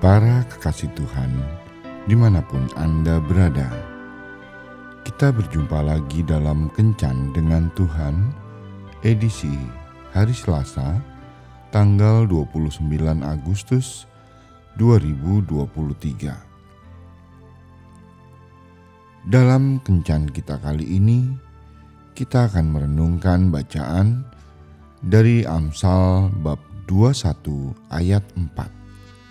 Para kekasih Tuhan, dimanapun Anda berada, kita berjumpa lagi dalam Kencan dengan Tuhan, edisi hari Selasa, tanggal 29 Agustus 2023. Dalam Kencan kita kali ini, kita akan merenungkan bacaan dari Amsal bab 21 ayat 4.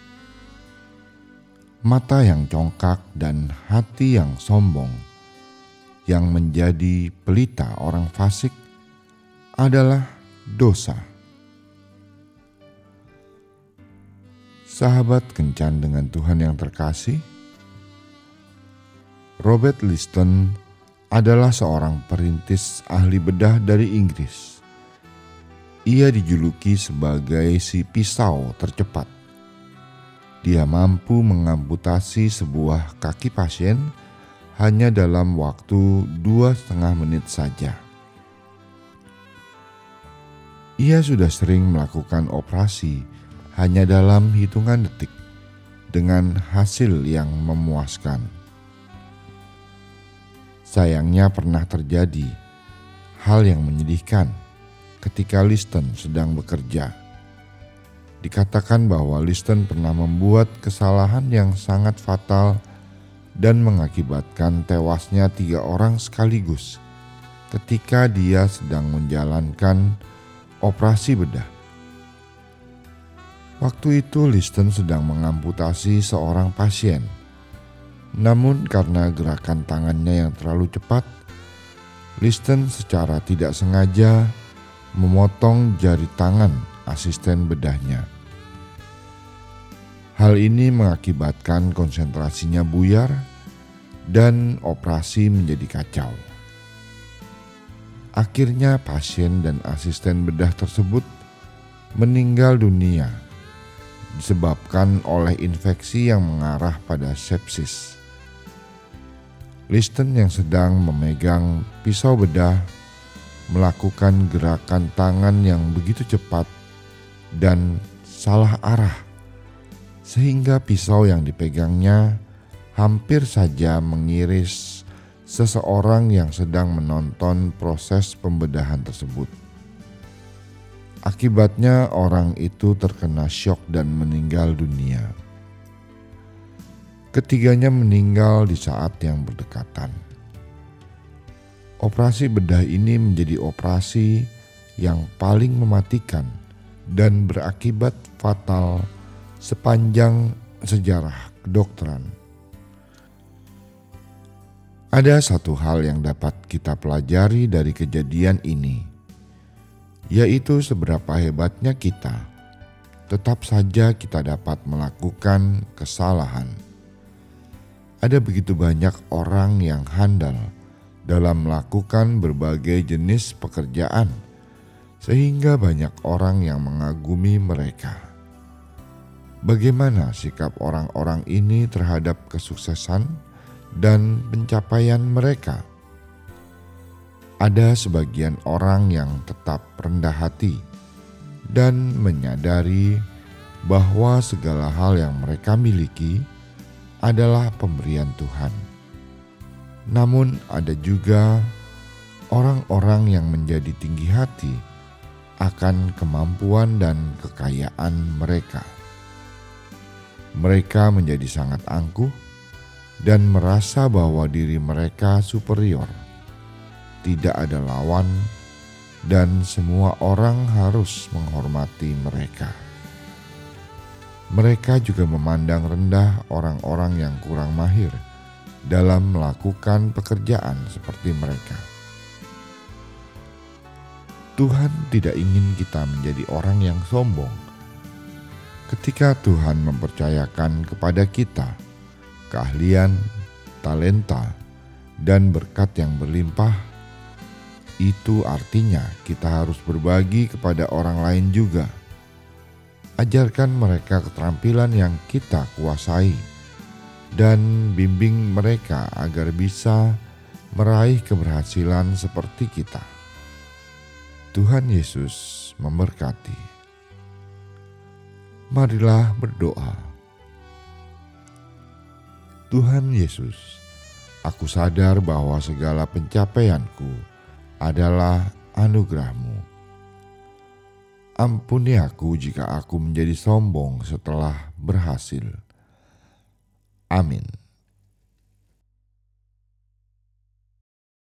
Mata yang congkak dan hati yang sombong, yang menjadi pelita orang fasik, adalah dosa. Sahabat Kencan dengan Tuhan yang terkasih, Robert Liston adalah seorang perintis ahli bedah dari Inggris. Ia dijuluki sebagai si pisau tercepat. Dia mampu mengamputasi sebuah kaki pasien hanya dalam waktu 2,5 menit saja. Ia sudah sering melakukan operasi hanya dalam hitungan detik dengan hasil yang memuaskan. Sayangnya pernah terjadi hal yang menyedihkan ketika Liston sedang bekerja. Dikatakan bahwa Liston pernah membuat kesalahan yang sangat fatal dan mengakibatkan tewasnya 3 orang sekaligus ketika dia sedang menjalankan operasi bedah. Waktu itu Liston sedang mengamputasi seorang pasien. Namun karena gerakan tangannya yang terlalu cepat, Liston secara tidak sengaja memotong jari tangan asisten bedahnya. Hal ini mengakibatkan konsentrasinya buyar dan operasi menjadi kacau. Akhirnya pasien dan asisten bedah tersebut meninggal dunia disebabkan oleh infeksi yang mengarah pada sepsis. Liston yang sedang memegang pisau bedah melakukan gerakan tangan yang begitu cepat dan salah arah, sehingga pisau yang dipegangnya hampir saja mengiris seseorang yang sedang menonton proses pembedahan tersebut. Akibatnya orang itu terkena syok dan meninggal dunia. Ketiganya meninggal di saat yang berdekatan. Operasi bedah ini menjadi operasi yang paling mematikan dan berakibat fatal sepanjang sejarah kedokteran. Ada satu hal yang dapat kita pelajari dari kejadian ini, yaitu seberapa hebatnya kita, tetap saja kita dapat melakukan kesalahan. Ada begitu banyak orang yang handal dalam melakukan berbagai jenis pekerjaan, sehingga banyak orang yang mengagumi mereka. Bagaimana sikap orang-orang ini terhadap kesuksesan dan pencapaian mereka? Ada sebagian orang yang tetap rendah hati dan menyadari bahwa segala hal yang mereka miliki adalah pemberian Tuhan. Namun ada juga orang-orang yang menjadi tinggi hati akan kemampuan dan kekayaan mereka. Mereka menjadi sangat angkuh dan merasa bahwa diri mereka superior, tidak ada lawan, dan semua orang harus menghormati mereka. Mereka juga memandang rendah orang-orang yang kurang mahir dalam melakukan pekerjaan seperti mereka. Tuhan tidak ingin kita menjadi orang yang sombong. Ketika Tuhan mempercayakan kepada kita keahlian, talenta, dan berkat yang berlimpah, itu artinya kita harus berbagi kepada orang lain juga. Ajarkan mereka keterampilan yang kita kuasai dan bimbing mereka agar bisa meraih keberhasilan seperti kita. Tuhan Yesus memberkati. Marilah berdoa. Tuhan Yesus, aku sadar bahwa segala pencapaianku adalah anugerah-Mu. Ampuni aku jika aku menjadi sombong setelah berhasil. Amin.